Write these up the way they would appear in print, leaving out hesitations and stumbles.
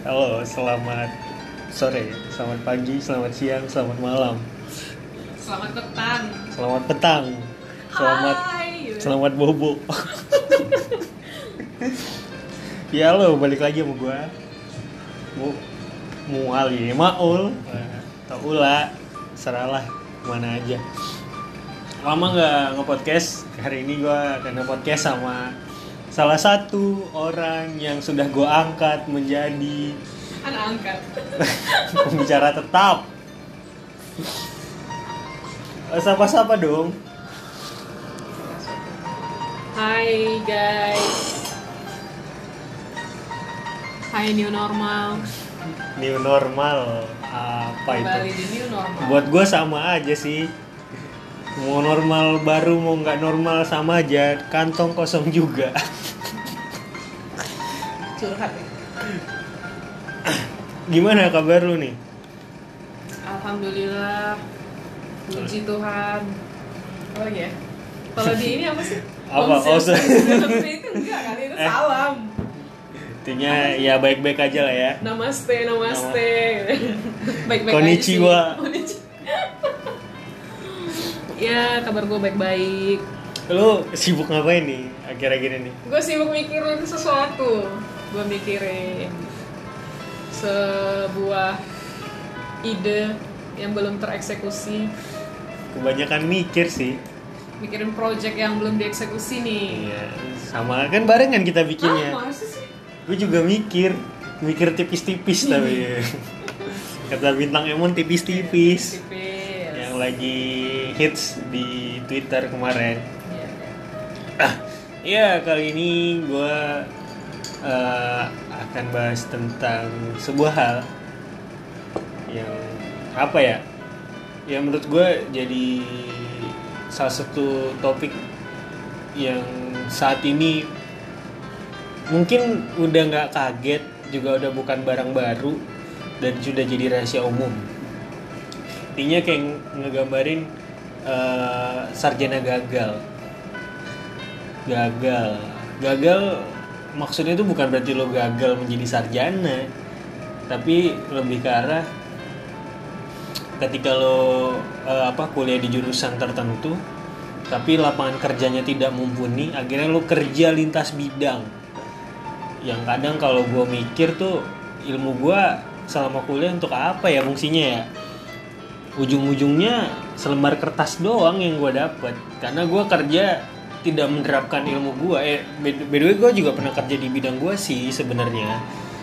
Halo, selamat sore, selamat pagi, selamat siang, selamat malam, Selamat petang. selamat petang, selamat Hai. selamat bobo. Ya lo balik lagi sama gue. Muali, Maul, atau Ula, seralah mana aja. Lama nggak nge-podcast. Hari ini gue akan nge-podcast sama salah satu orang yang sudah gue angkat menjadi Anak angkat. pembicara tetap. Sapa-sapa dong. Hai guys. Hai new normal. New normal apa Kembali itu? di new normal. Buat gue sama aja sih. Mau normal baru mau nggak normal sama aja. Kantong kosong juga. Curhat ya. Gimana kabar lu nih? Alhamdulillah. Puji Tuhan. Apa lagi ya? Kalau di ini apa sih? Apa? Om Swastiastu. Oh, Itu enggak kali itu salam. Intinya ya baik-baik aja lah ya. Namaste. Baik-baik Konnichiwa. aja sih. Konnichiwa. Ya, kabar gue baik-baik. Lu sibuk ngapain nih akhir-akhir ini? Gue sibuk mikirin sesuatu. Gue mikirin sebuah ide yang belum tereksekusi. Kebanyakan mikir sih. Mikirin project yang belum dieksekusi nih. Iya, sama kan barengan kita bikinnya. Masa sih? Gue juga mikir tipis-tipis tapi kata bintang Emon tipis-tipis Tipis. yang lagi hits di Twitter kemarin. Iya. Ya kali ini gue akan bahas tentang sebuah hal yang apa ya? Yang menurut gue jadi salah satu topik yang saat ini mungkin udah nggak kaget, juga udah bukan barang baru dan sudah jadi rahasia umum. Intinya kayak ngegambarin sarjana gagal maksudnya itu bukan berarti lo gagal menjadi sarjana, tapi lebih ke arah ketika lo kuliah di jurusan tertentu tapi lapangan kerjanya tidak mumpuni, akhirnya lo kerja lintas bidang. Yang kadang kalau gue mikir tuh, ilmu gue selama kuliah untuk apa ya fungsinya ya? Ujung-ujungnya selembar kertas doang yang gue dapet, karena gue kerja tidak menerapkan ilmu gue. By the way gue juga pernah kerja di bidang gue sih sebenarnya.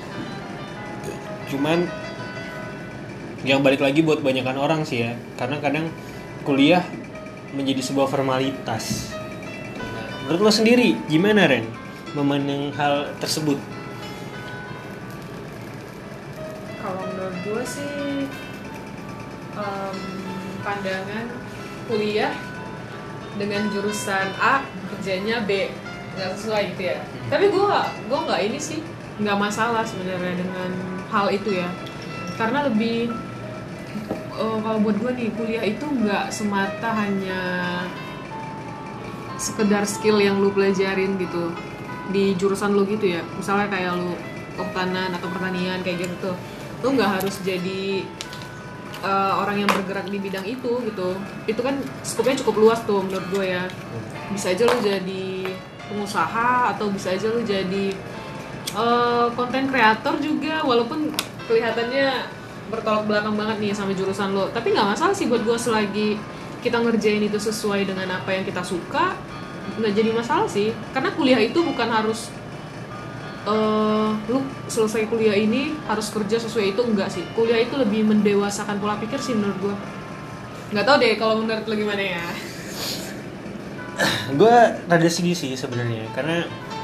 Cuman yang balik lagi buat banyakan orang sih ya, karena kadang kuliah menjadi sebuah formalitas. Menurut lo sendiri gimana Ren memandang hal tersebut? Kalau menurut gue sih pandangan kuliah dengan jurusan A kerjanya B nggak sesuai gitu ya. Tapi gue nggak ini sih, nggak masalah sebenarnya dengan hal itu ya, karena lebih kalau buat gue nih, kuliah itu nggak semata hanya sekedar skill yang lu pelajarin gitu di jurusan lu gitu ya. Misalnya kayak lu kehutanan atau pertanian kayak gitu tuh, lu nggak harus jadi orang yang bergerak di bidang itu gitu. Itu kan skopnya cukup luas tuh menurut gue ya. Bisa aja lu jadi pengusaha atau bisa aja lu jadi konten kreator juga, walaupun kelihatannya bertolak belakang banget nih sama jurusan lo. Tapi nggak masalah sih buat gue selagi kita ngerjain itu sesuai dengan apa yang kita suka, nggak jadi masalah sih. Karena kuliah itu bukan harus lu selesai kuliah ini harus kerja sesuai itu, enggak sih. Kuliah itu lebih mendewasakan pola pikir sih menurut gue. Nggak tahu deh kalau menurut lo gimana ya. Gue rada sedih sih sebenarnya, karena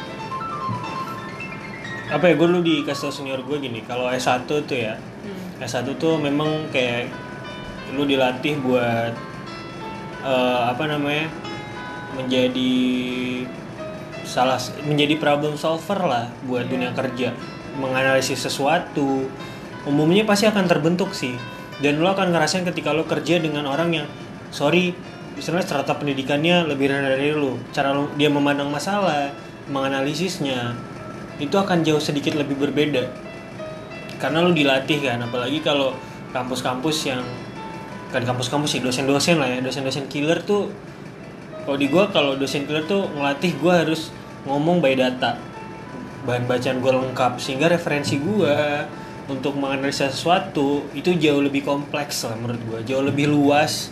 apa ya, gue dulu dikasih tau senior gue gini, kalau S1 tuh ya, S1 tuh memang kayak lu dilatih buat menjadi problem solver lah buat dunia kerja, menganalisis sesuatu. Umumnya pasti akan terbentuk sih, dan lo akan ngerasain ketika lo kerja dengan orang yang misalnya strata pendidikannya lebih rendah dari lo, cara dia memandang masalah, menganalisisnya itu akan jauh sedikit lebih berbeda. karena lu dilatih kan, apalagi kalau kampus-kampus yang kan kampus-kampus sih, dosen-dosen lah ya, dosen-dosen killer tuh. Kalau di gue, kalau dosen killer tuh ngelatih gue harus ngomong by data, bahan bacaan gue lengkap, sehingga referensi gue untuk menganalisa sesuatu itu jauh lebih kompleks lah menurut gue, jauh lebih luas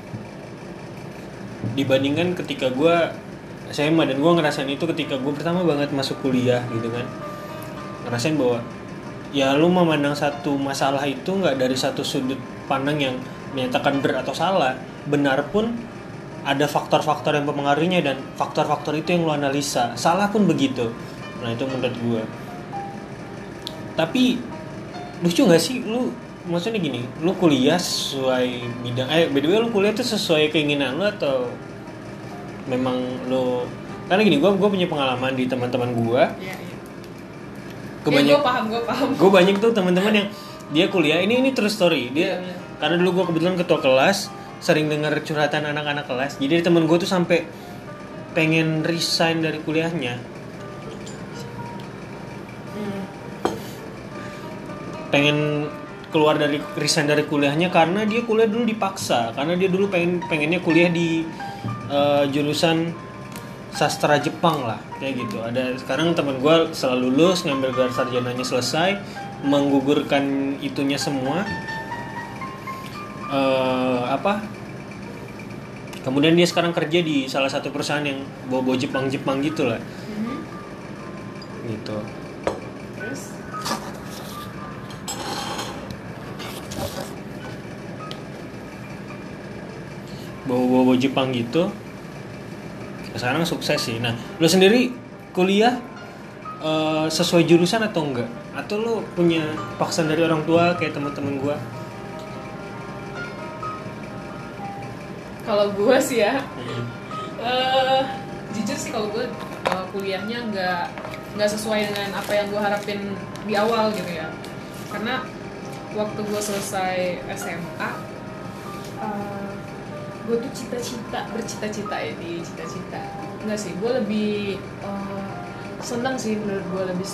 dibandingkan ketika gue SMA. Dan gue ngerasain itu ketika gue pertama banget masuk kuliah gitu kan, ngerasain bahwa ya lu memandang satu masalah itu nggak dari satu sudut pandang yang menyatakan benar atau salah. Benar pun ada faktor-faktor yang mempengaruhinya, dan faktor-faktor itu yang lu analisa. Salah pun begitu. Nah itu menurut gue. Tapi lucu nggak sih lu, maksudnya gini, lu kuliah sesuai bidang, by the way lu kuliah tuh sesuai keinginan lu atau memang lu, karena gini, gue punya pengalaman di teman-teman gue. Iya. Gue paham. Gue banyak tuh teman-teman yang dia kuliah, ini true story dia. Iya. Karena dulu gue kebetulan ketua kelas, sering dengar curhatan anak-anak kelas. Jadi teman gue tuh sampai pengen resign dari kuliahnya, pengen keluar dari resign dari kuliahnya karena dia kuliah dulu dipaksa, karena dia dulu pengennya kuliah di jurusan sastra Jepang lah kayak gitu. Ada sekarang teman gue setelah lulus ngambil gelar sarjananya selesai, menggugurkan itunya semua, kemudian dia sekarang kerja di salah satu perusahaan yang bawa Jepang gitu lah. Gitu. Terus bawa Jepang gitu. Sekarang sukses sih. Nah, lu sendiri kuliah sesuai jurusan atau enggak? Atau lu punya paksaan dari orang tua kayak teman-teman gua? kalau gue sih ya, jujur sih kalau gue kuliahnya nggak sesuai dengan apa yang gue harapin di awal gitu ya. Karena waktu gue selesai SMA, gue tuh bercita-cita ya di cita-cita. Enggak sih, gue lebih senang sih, menurut gue lebih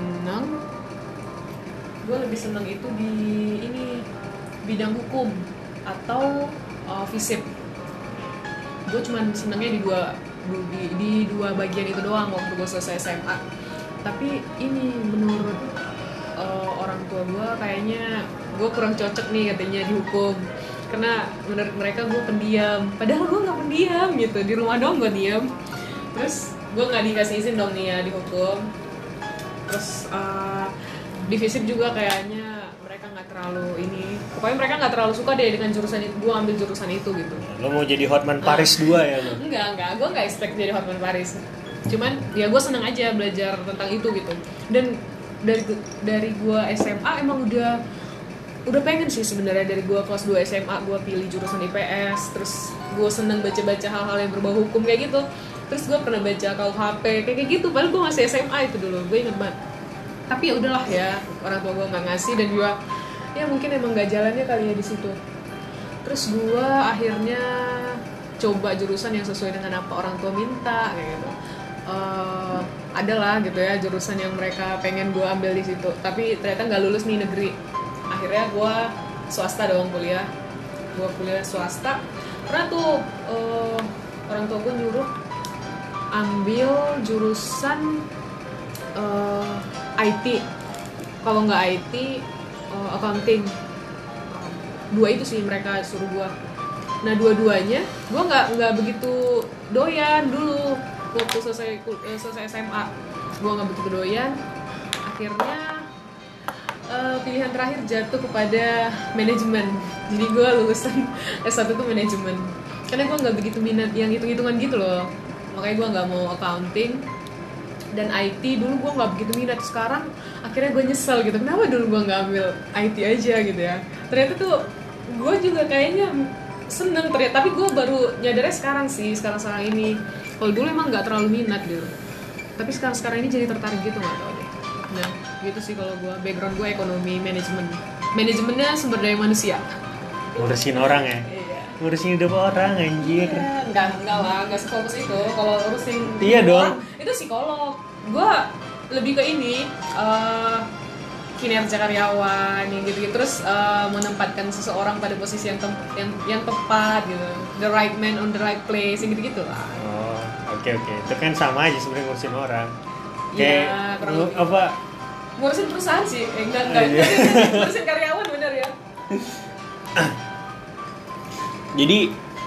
senang itu di ini bidang hukum atau FISIP. Gue cuman senangnya di dua bagian itu doang waktu gue selesai SMA. Tapi ini menurut orang tua gue kayaknya gue kurang cocok nih katanya di hukum, karena menurut mereka gue pendiam, padahal gue nggak pendiam gitu, di rumah doang gue diam. Terus gue nggak dikasih izin dong nih ya di hukum. Terus di FISIP juga kayaknya mereka nggak terlalu ini, pokoknya mereka nggak terlalu suka deh dengan jurusan itu. Gue ambil jurusan itu gitu. Lo mau jadi Hotman Paris 2 ya lo? Enggak, gue nggak expect jadi Hotman Paris. Cuman ya gue seneng aja belajar tentang itu gitu. Dan dari gue SMA emang udah pengen sih sebenarnya. Dari gue kelas 2 SMA gue pilih jurusan IPS. Terus gue seneng baca-baca hal-hal yang berbau hukum kayak gitu. Terus gue pernah baca KUHP kayak gitu, padahal gue masih SMA itu dulu, gue inget banget. Tapi ya udahlah ya, orang tua gue nggak ngasih, dan juga ya mungkin emang nggak jalannya kali ya di situ. Terus gue akhirnya coba jurusan yang sesuai dengan apa orang tua minta kayak gitu. Adalah gitu ya jurusan yang mereka pengen gue ambil di situ, tapi ternyata nggak lulus nih negeri. Akhirnya gue swasta dong kuliah. Gue kuliah swasta karena tuh orang tua gue nyuruh ambil jurusan IT. Kalau nggak IT, accounting. Dua itu sih mereka suruh gue. Nah dua-duanya gue nggak begitu doyan dulu waktu selesai SMA. Gue nggak begitu doyan. Akhirnya pilihan terakhir jatuh kepada manajemen. Jadi gue lulusan S1 tuh manajemen. Karena gue nggak begitu minat yang hitung-hitungan gitu loh. Makanya gue nggak mau accounting. Dan IT dulu gue nggak begitu minat. Sekarang akhirnya gue nyesel gitu, kenapa dulu gue nggak ambil IT aja gitu ya. Ternyata tuh gue juga kayaknya seneng ternyata, tapi gue baru nyadarnya sekarang ini. Kalau dulu emang nggak terlalu minat gitu, tapi sekarang ini jadi tertarik gitu, nggak tau deh. Nah gitu sih kalau gue. Background gue ekonomi manajemennya sumber daya manusia. Ngurusin orang ya? Iya. Ngurusin hidup orang anjir. Enggak lah, enggak sefokus itu. Kalau urusin iya dong. Itu psikolog. Gue lebih ke ini kinerja karyawan yang gitu, terus menempatkan seseorang pada posisi yang tepat gitu, the right man on the right place, yang gitu lah. Oh, oke. Itu kan sama aja sebenarnya ngurusin orang. Iya, Kayak apa? Ngurusin perusahaan sih, enggak Iya. ngurusin karyawan bener ya. Jadi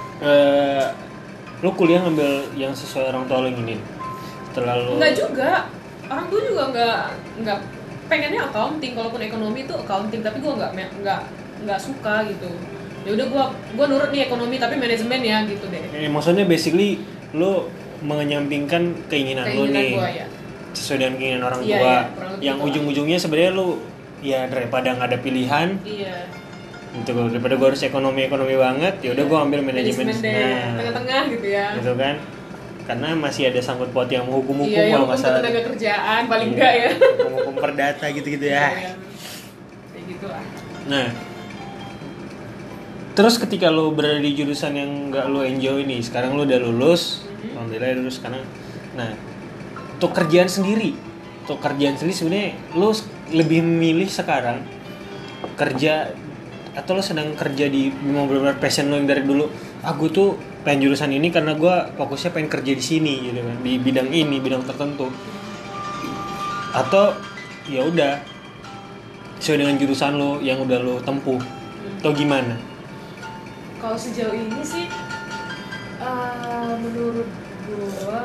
lu kuliah ngambil yang sesuai orang tua lu inginin. Terlalu Enggak juga, orang tua juga enggak pengennya accounting, kalaupun ekonomi itu accounting, tapi gue nggak suka gitu. Ya udah gue nurut nih ekonomi tapi manajemen ya gitu deh. Maksudnya basically lu menyampingkan keinginan lu nih gua, ya. sesuai dengan keinginan orang Iya, tua, iya, kurang lebih yang gitu. ujung-ujungnya sebenarnya lu ya daripada nggak ada pilihan Iya. gitu, daripada gue harus ekonomi banget, ya udah gue ambil manajemen deh, tengah-tengah gitu ya. gitu kan, karena masih ada sangkut paut yang hukum Iya, kalau yang masalah tenaga kerjaan paling iya, enggak ya. hukum perdata gitu ya. Iya. Kayak gitu lah. Nah, terus ketika lo berada di jurusan yang nggak lo enjoy nih, sekarang lo udah lulus, alhamdulillah lulus sekarang. Nah, untuk kerjaan sendiri sebenarnya lo lebih memilih sekarang kerja atau lo sedang kerja di memang benar-benar passion lo yang dari dulu. Gue tuh pengen jurusan ini karena gue fokusnya pengen kerja di sini gitu kan, di bidang ini, bidang tertentu. Atau ya udah sesuai dengan jurusan lo yang udah lo tempuh, atau gimana? Kalau sejauh ini sih menurut gua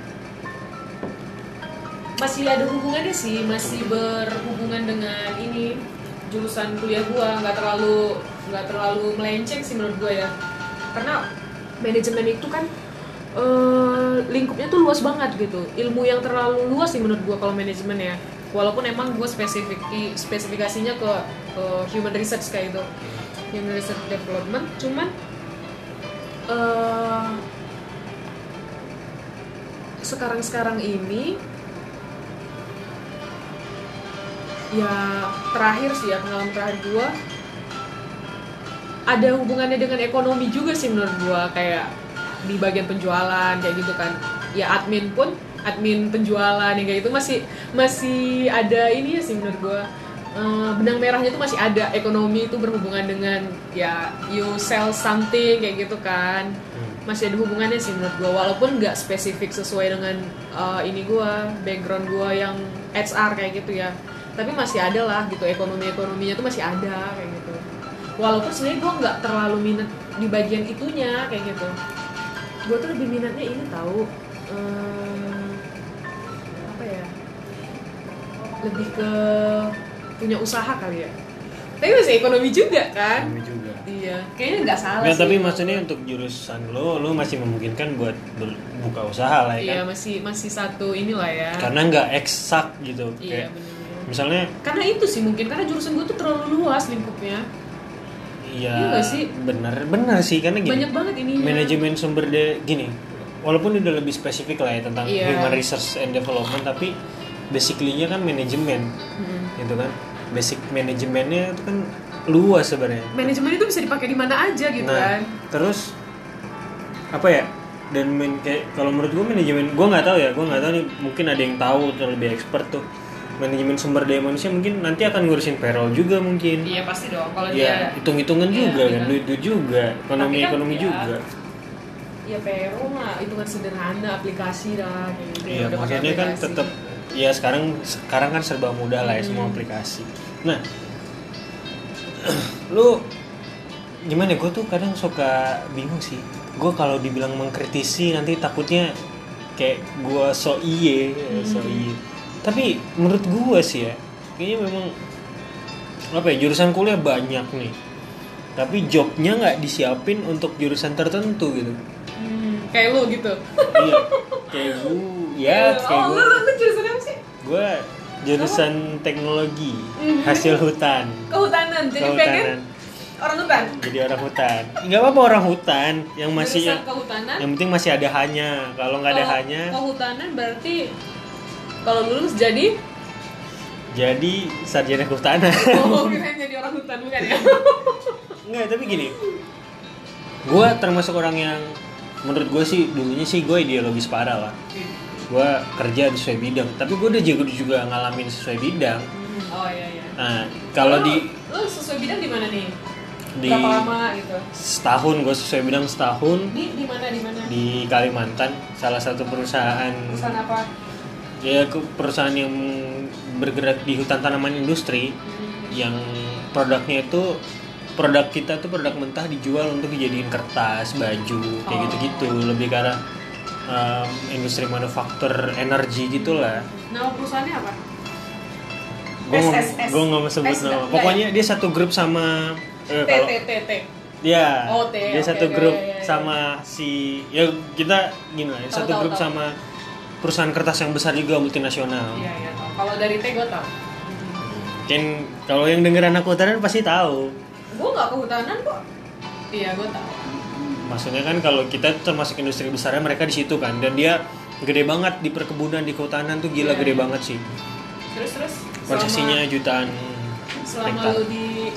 masih ada hubungannya sih, masih berhubungan dengan ini jurusan kuliah gua, nggak terlalu melenceng sih menurut gua ya, karena manajemen itu kan lingkupnya tuh luas banget gitu, ilmu yang terlalu luas sih menurut gua kalau manajemen ya, walaupun emang gua spesifikasinya ke human research kayak itu, human research development, cuman sekarang ini ya terakhir sih ya, pengalaman terakhir gue ada hubungannya dengan ekonomi juga sih menurut gue, kayak di bagian penjualan kayak gitu kan ya, admin penjualan yang kayak gitu masih ada ini ya sih menurut gue, benang merahnya tuh masih ada, ekonomi itu berhubungan dengan ya you sell something kayak gitu kan, masih ada hubungannya sih menurut gue, walaupun nggak spesifik sesuai dengan ini gue, background gue yang HR kayak gitu ya, tapi masih ada lah gitu, ekonominya tuh masih ada kayak gitu, walaupun sebenarnya gue nggak terlalu minat di bagian itunya kayak gitu, gue tuh lebih minatnya ini tahu apa ya, lebih ke punya usaha kali ya, tapi masih ekonomi juga kan. Ekonomi juga. Iya, kayaknya nggak salah Nggak, sih. tapi maksudnya untuk jurusan lo masih memungkinkan buat buka usaha lah ya Iya, kan? masih satu inilah ya. Karena nggak eksak gitu. Iya, Kayak benar-benar. misalnya, Karena itu sih mungkin, karena jurusan gue tuh terlalu luas lingkupnya. Iya nggak sih? bener sih, karena gini. Banyak banget ininya. Manajemen sumber daya gini. Walaupun udah lebih spesifik lah ya tentang Iya. human research and development, tapi basically-nya kan manajemen, gitu kan. Basic manajemennya itu kan luas sebenarnya. Manajemen itu bisa dipakai di mana aja gitu Nah, kan. terus apa ya? Dan kayak kalau menurut gue manajemen, gue nggak tahu nih, mungkin ada yang tahu atau lebih expert tuh. Manajemen sumber daya manusia mungkin nanti akan ngurusin payroll juga mungkin. Iya pasti dong. Kalau Ya, dia hitung-hitungan Iya, juga kan, iya. duit juga, ekonomi Tapi kan, ya, juga. ya payroll mah hitungan sederhana, aplikasi lah kayak gitu. Iya, Udah pakai maksudnya kan aplikasi. tetap ya sekarang kan serba mudah lah ya, semua aplikasi. Nah, lu gimana? Gue tuh kadang suka bingung sih. Gue kalau dibilang mengkritisi nanti takutnya kayak gue so iye. Tapi menurut gue sih ya, kayaknya memang apa ya, jurusan kuliah banyak nih, tapi jobnya nggak disiapin untuk jurusan tertentu gitu. Kayak lu gitu. Iya, kayak gue. Lu jurusan apa sih? Gue jurusan teknologi, hasil hutan. Kehutanan. Jadi pengen orang hutan. Jadi orang hutan. Nggak apa-apa orang hutan, yang masih Jurusan kehutanan. yang penting masih ada hanya. Kalau nggak ada hanya, Kehutanan berarti kalau lulus jadi sarjana kehutanan. kirain jadi orang hutan bukan ya? Nggak, tapi gini, gue termasuk orang yang menurut gue sih dulunya sih gue ideologis parah lah. Gue kerja sesuai bidang, tapi gue udah juga ngalamin sesuai bidang. Oh iya. Nah, kalau di lu sesuai bidang di mana nih? di Berapa lama gitu? setahun, gue sesuai bidang setahun Di mana? di Kalimantan, salah satu perusahaan Perusahaan apa? ya perusahaan yang bergerak di hutan tanaman industri, yang produknya itu produk kita tuh produk mentah dijual untuk dijadiin kertas, baju, kayak gitu-gitu, lebih ke arah industri manufaktur energi gitulah. Nama perusahaannya apa? Gue SSS. nggak mau sebut S nama. enggak, Pokoknya dia satu grup sama kalau T. ya Oh, T, dia oke, satu oke, grup ya. sama si ya kita gini lah, satu grup tahu. sama perusahaan kertas yang besar juga multinasional. Iya tahu. Kalau dari T gue tahu. Mungkin kalau yang denger anak kehutanan pasti tahu. Gue nggak kehutanan kok. Iya gue tahu. Maksudnya kan kalau kita termasuk industri besarnya mereka di situ kan, dan dia gede banget di perkebunan di kehutanan tuh gila, gede banget sih. Terus Produksinya jutaan selama hektar. lu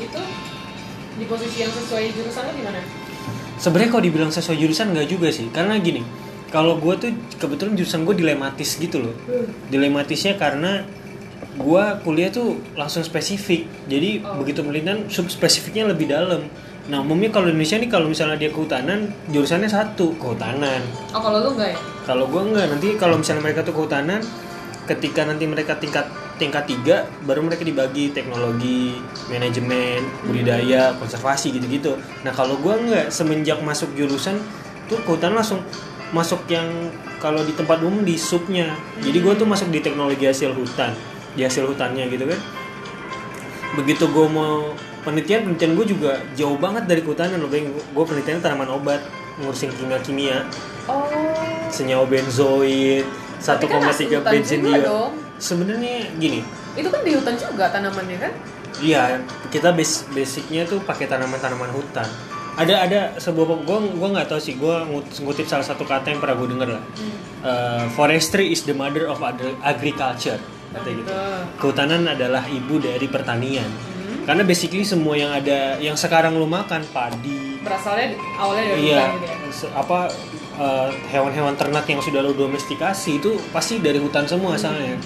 di posisi yang sesuai jurusan lu di mana? Sebenarnya kalau dibilang sesuai jurusan nggak juga sih, karena gini, kalau gue tuh kebetulan jurusan gue dilematis gitu loh. Dilematisnya karena gue kuliah tuh langsung spesifik, jadi begitu melintang sub spesifiknya lebih dalam. Nah umumnya kalau di Indonesia nih kalau misalnya dia kehutanan, jurusannya satu kehutanan. Oh kalau lu enggak ya? Kalau gue enggak, nanti kalau misalnya mereka tuh kehutanan, ketika nanti mereka tingkat 3 baru mereka dibagi teknologi, manajemen, budidaya, konservasi gitu-gitu. Nah kalau gue enggak, semenjak masuk jurusan tuh kehutanan langsung masuk yang kalau di tempat umum di subnya. Jadi gue tuh masuk di teknologi hasil hutan, di hasil hutannya gitu kan. Begitu gue mau penelitian gue juga jauh banget dari kehutanan loh. Gue penelitian tanaman obat, ngurusin kimia. Oh. Senyawa benzoin, 1,3 bensin dia. Dong. Sebenarnya gini. Itu kan di hutan juga tanamannya kan? Iya, kita basicnya tuh pakai tanaman-tanaman hutan. Ada sebuah gue nggak tahu sih, gue ngutip salah satu kata yang pernah gue denger lah. Forestry is the mother of agriculture, kata gitu. Kehutanan adalah ibu dari pertanian. Karena basically semua yang ada yang sekarang lu makan, padi, berasalnya awalnya dari hutan gitu ya. Hewan-hewan ternak yang sudah lu domestikasi itu pasti dari hutan semua asalnya.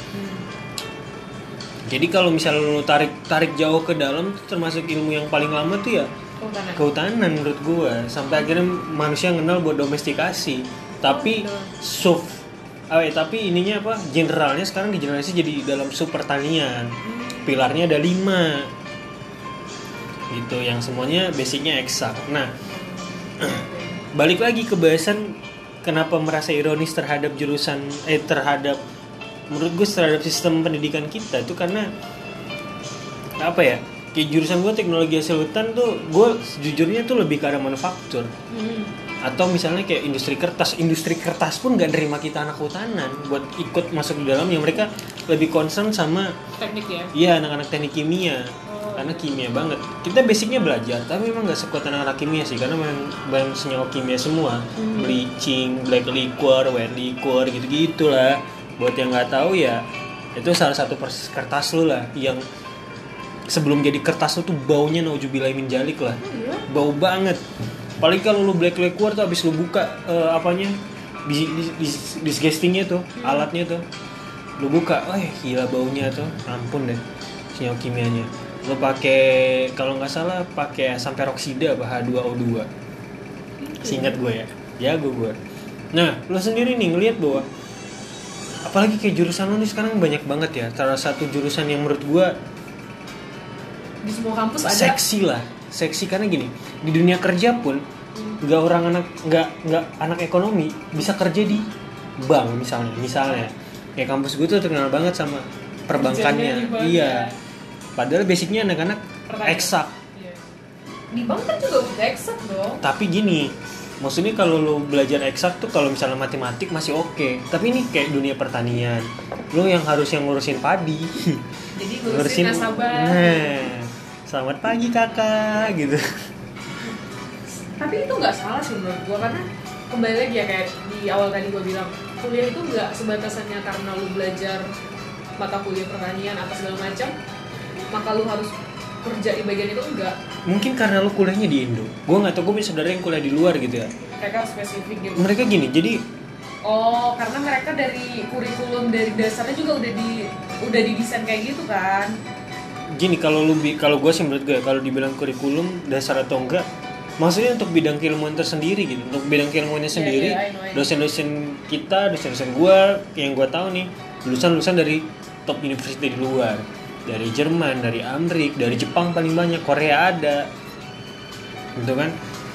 Jadi kalau misalnya lu tarik jauh ke dalam, termasuk ilmu yang paling lama tuh ya kehutanan menurut gua, sampai akhirnya manusia kenal buat domestikasi. Tapi tapi ininya apa? Generalnya sekarang digeneralisasi jadi dalam sub pertanian. Pilarnya ada 5. Gitu, yang semuanya basicnya eksak. Nah, balik lagi ke bahasan kenapa merasa ironis terhadap jurusan menurut gue terhadap sistem pendidikan kita itu karena apa ya, kayak jurusan gue teknologi hasil hutan tuh gue sejujurnya tuh lebih ke arah manufaktur. Atau misalnya kayak industri kertas pun gak nerima kita anak kehutanan buat ikut masuk di dalamnya. Mereka lebih concern sama teknik ya? Iya, anak-anak teknik kimia. Karena kimia banget. Kita basicnya belajar, tapi memang gak sekuat anak-anak kimia sih, karena memang senyawa kimia semua. Bleaching, black liquor, white liquor, gitu-gitu lah. Buat yang gak tahu ya, itu salah satu proses kertas lu lah, yang sebelum jadi kertas lu tuh baunya nauzubillah min dzalik lah. Bau banget. Paling kalau lu black liquor tuh abis lu buka disgestingnya tuh, alatnya tuh. Lu buka, gila baunya tuh, ampun deh senyawa kimianya. Lo pakai kalau nggak salah pakai asam peroksida H2O2. Seingat gue ya, jago gue. Nah, lo sendiri nih ngelihat bahwa apalagi kayak jurusan lo nih sekarang banyak banget ya. Salah satu jurusan yang menurut gue di semua kampus ada. Seksi karena gini, di dunia kerja pun nggak anak ekonomi bisa kerja di bank misalnya. Kayak kampus gue tuh terkenal banget sama perbankannya. Iya. Padahal basicnya anak-anak eksak. Iya. Di bank kan juga butuh eksak dong. Tapi gini, maksudnya kalau lo belajar eksak tuh kalau misalnya matematik masih oke. Tapi ini kayak dunia pertanian, lo yang ngurusin padi. Jadi ngurusin nasabah. Nah, selamat pagi kakak gitu. Tapi itu nggak salah sih menurut gua, karena kembali lagi ya kayak di awal tadi gua bilang, kuliah itu nggak sebatasannya karena lo belajar mata kuliah pertanian apa segala macam maka lu harus kerja di bagian itu, enggak. Mungkin karena lu kuliahnya di Indo. Gue nggak tahu, gue punya saudara yang kuliah di luar gitu ya. Mereka spesifik gitu. Mereka gini, jadi karena mereka dari kurikulum dari dasarnya juga udah didesain kayak gitu kan. gini, kalau gue sih menurut gue ya, kalau dibilang kurikulum dasar atau enggak, maksudnya untuk bidang keilmuan tersendiri gitu, untuk bidang keilmuannya sendiri. I know. Dosen-dosen kita, dosen-dosen gue yang gue tahu nih, lulusan dari top university di luar, dari Jerman, dari Amerika, dari Jepang paling banyak, Korea ada, gitu kan.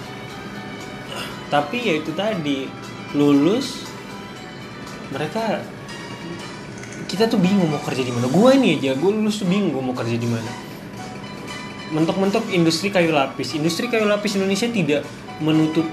Tapi ya itu tadi, lulus mereka, kita tuh bingung mau kerja di mana. Gue ini aja, gue lulus tuh bingung gue mau kerja di mana. Mentok-mentok industri kayu lapis Indonesia tidak menutup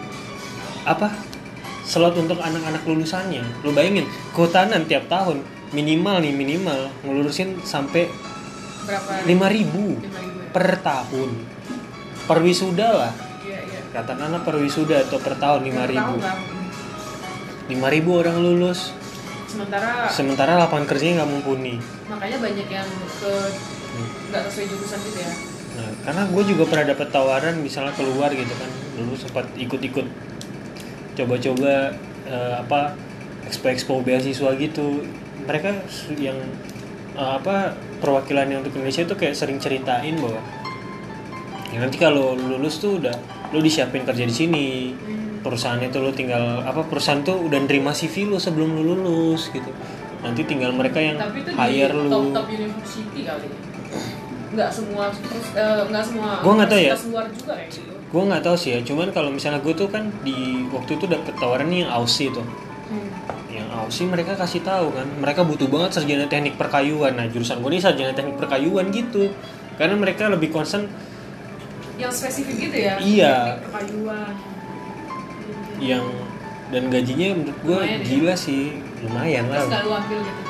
slot untuk anak-anak lulusannya. Lo bayangin, kehutanan tiap tahun minimal ngelurusin sampai berapa? 5.000 per tahun. Per wisuda lah. Iya. Katakanlah per wisuda atau per tahun 5.000. 5.000 orang lulus. Sementara lapangan kerjanya nggak mumpuni. Makanya banyak yang nggak sesuai jurusan gitu ya. Nah, karena gue juga pernah dapat tawaran misalnya keluar gitu kan, dulu sempat ikut coba-coba expo beasiswa gitu. Mereka yang perwakilannya untuk Indonesia itu kayak sering ceritain bahwa ya nanti kalau lulus tuh udah lu disiapin kerja di sini. Perusahaan itu lu tinggal perusahaan tuh udah nerima CV lu sebelum lu lulus gitu. Nanti tinggal mereka yang hire lu. Top university kali ya. Nggak semua Gua nggak tahu ya. Luar juga kayak gitu. Gue nggak tahu sih ya. Cuman kalau misalnya gue tuh kan di waktu itu dapet tawaran yang Aussie tuh. Yang Aussie mereka kasih tahu kan, mereka butuh banget sarjana teknik perkayuan. Nah jurusan gue nih sarjana teknik perkayuan gitu. Karena mereka lebih concern yang spesifik gitu ya. Iya. Teknik perkayuan. Yang dan gajinya menurut gue gila sih, lumayan lah. Terus nggak lu ambil gitu?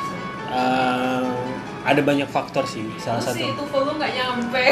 Ada banyak faktor sih, salah satu. Itu TOEFL lu nggak nyampe.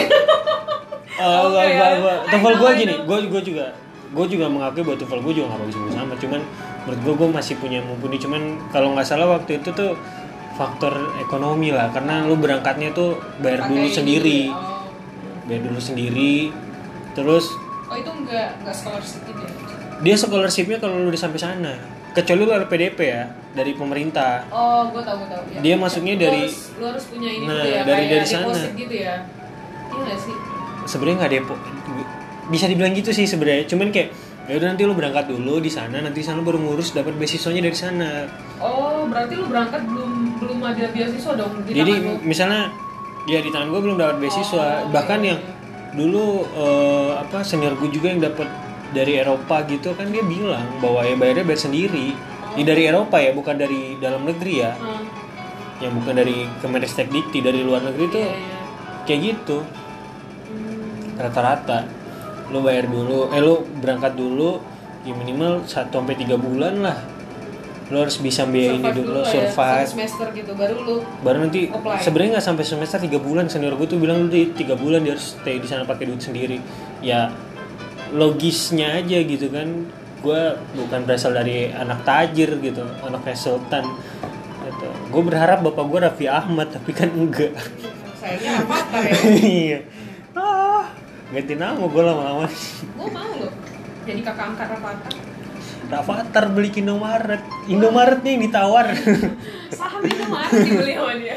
TOEFL gue gini, gue juga mengakui bahwa TOEFL gue juga nggak bagus-bagus amat. Cuman menurut gue masih punya mumpuni. Cuman kalau nggak salah waktu itu tuh faktor ekonomi lah, karena lu berangkatnya tuh bayar dulu sendiri. Bayar dulu sendiri, terus. Oh itu nggak scholarship ya? Dia scholarshipnya kalau lu udah sampai sana, kecuali lu LPDP ya dari pemerintah. Oh, gue tahu ya. Dia masuknya dari lu harus punya ini nah, gitu ya, dari sana. Deposit gitu ya. Iya nggak sih? Sebenarnya nggak bisa dibilang gitu sih sebenarnya. Cuman kayak ya udah nanti lu berangkat dulu di sana, nanti sana baru ngurus dapat beasiswanya dari sana. Oh, berarti lu berangkat belum ada beasiswa dong di Jadi tangan lu? misalnya ya di tangan gue belum dapat beasiswa. Bahkan yang dulu senior gue juga yang dapat dari Eropa gitu kan, dia bilang bahwa ya bayarnya bayar sendiri. Ini dari Eropa ya, bukan dari dalam negeri ya. Yang bukan dari Kemenristekdikti, dari luar negeri tuh kayak gitu. Rata-rata lu bayar dulu, lu berangkat dulu ya minimal 1-3 bulan lah. Lu harus bisa biayain hidup lu, survive. Semester gitu baru nanti sebenarnya nggak sampai semester 3 bulan. Senior gue tuh bilang lu di 3 bulan dia harus stay di sana pakai duit sendiri. Ya logisnya aja gitu kan, gue bukan berasal dari anak tajir gitu, anaknya sultan gitu. Gue berharap bapak gue Raffi Ahmad, tapi kan enggak. Sayangnya Avatar ya. Iya. Ganti nama gue lama-lama. Gue mau loh jadi kakak angkat Rafathar beli ke Indomaret. Indomaret nih yang ditawar. Saham Indomaret dibeli sama dia.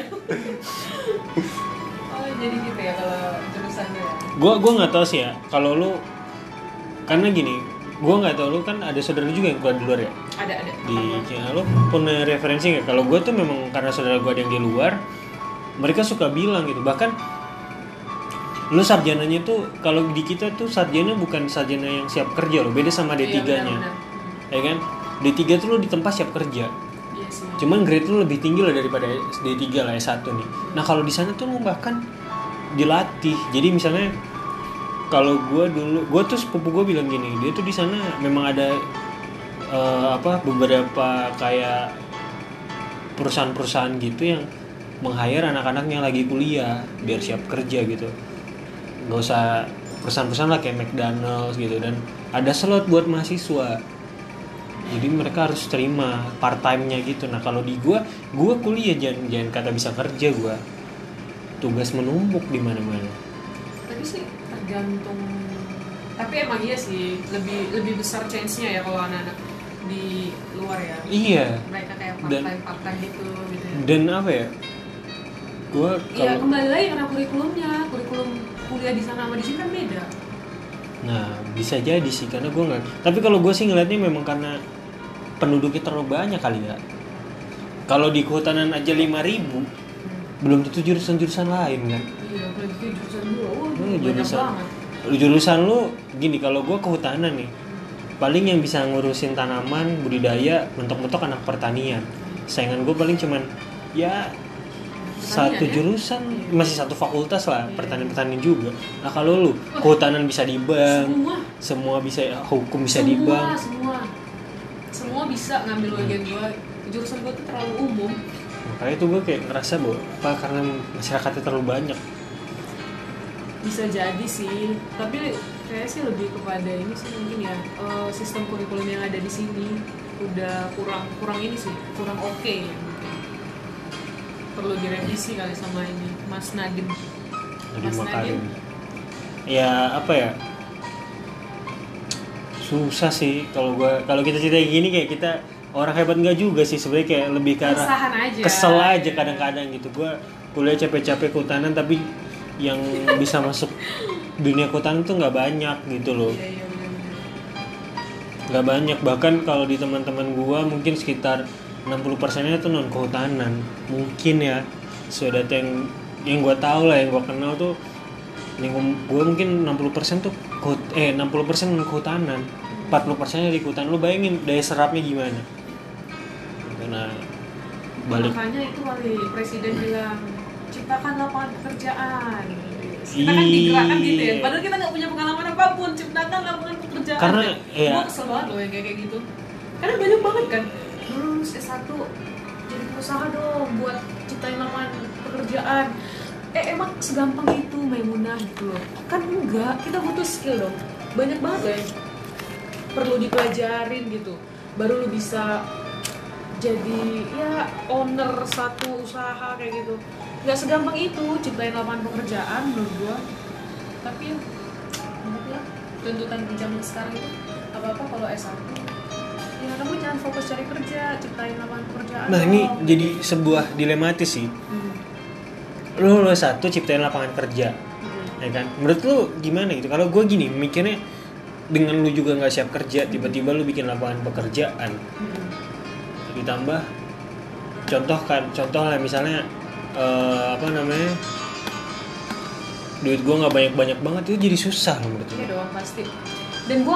Oh jadi gitu ya kalau jurusannya ya. Gue nggak tahu sih ya kalau lu, karena gini, gue nggak tahu lu kan ada saudara juga yang keluar di luar ya. Ada. Di Cina lu punya referensi nggak? Kalau gue tuh memang karena saudara gue ada yang di luar, mereka suka bilang gitu. Bahkan lu sarjananya tuh kalau di kita tuh sarjana bukan sarjana yang siap kerja loh, beda sama D3-nya. Ya kan? D3 tuh lu di tempat siap kerja. Yes, Cuman grade lu lebih tinggi lah daripada D3 lah, S1 nih. Nah, kalau di sana tuh lu bahkan dilatih. Jadi misalnya kalau gue tuh sepupu gue bilang gini, dia tuh di sana memang ada beberapa kayak perusahaan-perusahaan gitu yang meng-hire anak-anaknya lagi kuliah biar siap kerja gitu. Nggak usah perusahaan-perusahaan lah kayak McDonald's gitu, dan ada slot buat mahasiswa. Jadi mereka harus terima part time-nya gitu. Nah kalau di gue kuliah jangan kata bisa kerja, gue tugas menumpuk di mana-mana. Tapi sih tergantung. Tapi emang iya sih lebih besar chance-nya ya kalau anak-anak di luar ya. Iya. Mereka kayak part time gitu ya. Dan apa ya? gue Ya kembali lagi karena kurikulum kuliah di sana sama di sini kan beda. Nah bisa jadi sih karena gue nggak. Tapi kalau gue sih ngeliatnya memang karena penduduknya terlalu banyak kali ya. Kalau di kehutanan aja 5.000, belum tentu jurusan-jurusan lain kan. Iya, apalagi jurusan dua, banyak banget. Jurusan lu gini, kalau gue kehutanan nih, paling yang bisa ngurusin tanaman, budidaya, mentok-mentok anak pertanian. Saingan gue paling cuman ya satu jurusan, masih satu fakultas lah, pertanian juga. Nah kalau lu kehutanan bisa di bank, semua bisa, hukum bisa di bank, semua bisa ngambil bagian gue. Jurusan gue tuh terlalu umum. Makanya tuh gue kayak ngerasa bahwa karena masyarakatnya terlalu banyak. Bisa jadi sih, tapi kayaknya sih lebih kepada ini sih mungkin ya, sistem kurikulum yang ada di sini udah kurang ini sih, kurang oke ya mungkin. Perlu direvisi kali sama ini Mas Nadiem. Mas Nadiem. Ya apa ya? Susah sih kalau kita cerita gini kayak kita orang hebat enggak juga sih, sebenarnya kayak lebih ke arah kesel aja kadang-kadang gitu. Gue kuliah capek-capek kehutanan tapi yang bisa masuk dunia kehutanan tuh nggak banyak gitu loh. Nggak banyak, bahkan kalau di teman-teman gue mungkin sekitar 60%-nya tuh non kehutanan mungkin ya. Sudah yang gue tahu lah, yang gue kenal tuh lingkup gue mungkin 60% tuh 60% non kehutanan, 40%-nya di kehutanan. Lu bayangin daya serapnya gimana? Karena makanya itu kali presiden bilang ciptakan lapangan pekerjaan. Kita kan digerakkan gitu ya, padahal kita nggak punya pengalaman apapun, ciptakan lapangan pekerjaan. Karena ya, gue kesel banget loh yang kayak gitu. Karena banyak banget kan, lulus S1 jadi pengusaha dong buat ciptain lapangan pekerjaan. Emang segampang itu Maimunah gitu loh? Kan enggak, kita butuh skill dong. Banyak banget loh yang perlu dipelajarin gitu, baru lu bisa jadi ya owner satu usaha kayak gitu. Nggak segampang itu ciptain lapangan pekerjaan menurut gua. Tapi ya tuntutan zaman sekarang itu apa-apa kalau S1 ya kamu jangan fokus cari kerja, ciptain lapangan pekerjaan. Nah ini jadi sebuah dilematis sih. Lu S1 ciptain lapangan kerja, ya kan? Menurut lu gimana gitu? Kalau gue gini mikirnya, dengan lu juga nggak siap kerja, tiba-tiba lu bikin lapangan pekerjaan, ditambah contoh lah misalnya duit gue nggak banyak banget, itu jadi susah loh menurut gue. Iya dong pasti. Dan gue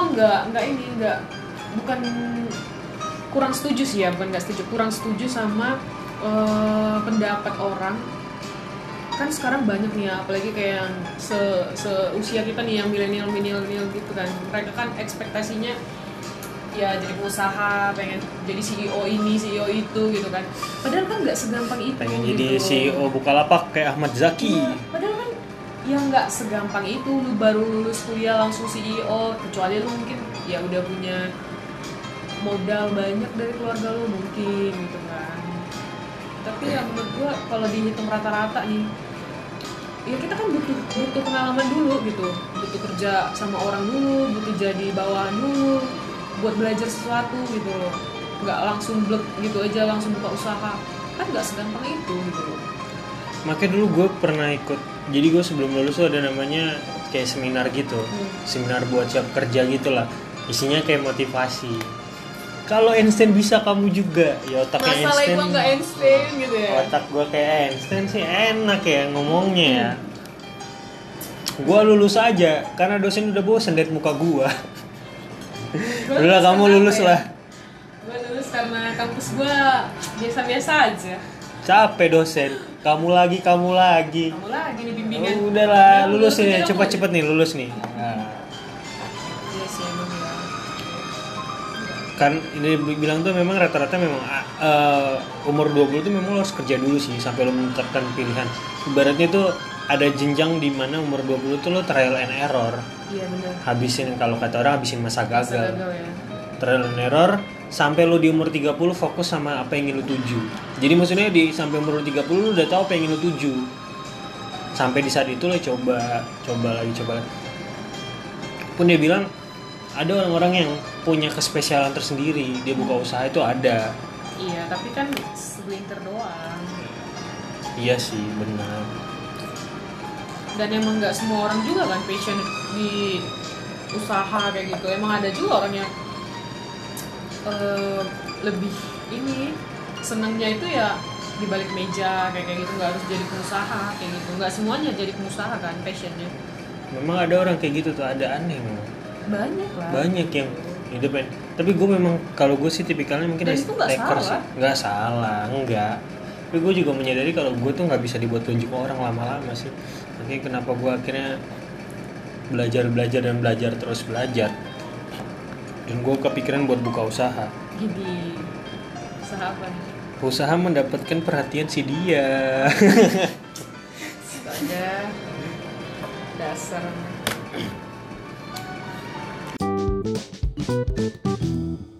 bukan kurang setuju sih ya, kurang setuju sama pendapat orang. Kan sekarang banyak nih ya, apalagi kayak yang seusia kita nih yang milenial gitu kan, mereka kan ekspektasinya ya jadi pengusaha, pengen jadi CEO ini, CEO itu gitu kan. Padahal kan nggak segampang itu. Pengen gitu. Jadi CEO Bukalapak kayak Ahmad Zaki. Ya, padahal kan ya nggak segampang itu. Lu baru lulus kuliah langsung CEO, kecuali lu mungkin ya udah punya modal banyak dari keluarga lu mungkin gitu kan. Tapi ya menurut gua kalau dihitung rata-rata nih, ya kita kan butuh pengalaman dulu gitu, butuh kerja sama orang dulu, butuh jadi bawahan dulu buat belajar sesuatu gitu loh. Nggak langsung blek gitu aja langsung buka usaha, kan nggak segampang itu gitu loh. Makanya dulu gue pernah ikut, jadi gue sebelum lulus tuh ada namanya kayak seminar gitu, seminar buat siap kerja gitu lah, isinya kayak motivasi. Kalau Einstein bisa kamu juga, ya otaknya Einstein. Masalahnya gue nggak Einstein gitu ya. Otak gue kayak Einstein sih enak ya ngomongnya ya. Gue lulus aja karena dosen udah bosan liat muka gue. Udah kamu lulus lah. Gue lulus karena kampus gue biasa-biasa aja. Capek dosen, kamu lagi nih bimbingan. Udahlah, lulus nih, cepet-cepet nih lulus nih. Nah. Iya sih emang ya. Kan ini bilang tuh memang rata-rata memang umur 20 tuh memang lo harus kerja dulu sih sampai lo menetapkan pilihan. Ibaratnya tuh ada jenjang di mana umur 20 tuh lo trial and error. Iya benar. Habisin, kalau kata orang habisin masa gagal. Ya. Trial and error sampai lo di umur 30 fokus sama apa yang ingin lo tuju. Jadi maksudnya di sampai umur 30 lo udah tahu apa yang ingin lo tuju. Sampai di saat itu lo coba lagi. Pun dia bilang ada orang-orang yang punya kespesialan tersendiri, dia buka usaha itu ada. Iya, tapi kan segelintir doang. Iya sih, benar. Dan emang nggak semua orang juga kan passionate di usaha kayak gitu. Emang ada juga orang yang lebih ini senangnya itu ya di balik meja kayak gitu, nggak harus jadi pengusaha kayak gitu. Nggak semuanya jadi pengusaha kan passionnya. Memang ada orang kayak gitu tuh, ada aneh memang. Banyak lah. Banyak yang independen. Tapi gue memang kalau gue sih tipikalnya mungkin Dan itu nggak taker salah. sih. Nggak salah, enggak. Tapi gue juga menyadari kalau gue tuh nggak bisa dibuat tunjuk orang lama-lama sih. Makanya kenapa gue akhirnya belajar terus belajar. Dan gue kepikiran buat buka usaha. Jadi usaha apa nih? Usaha mendapatkan perhatian si dia. Ada dasar.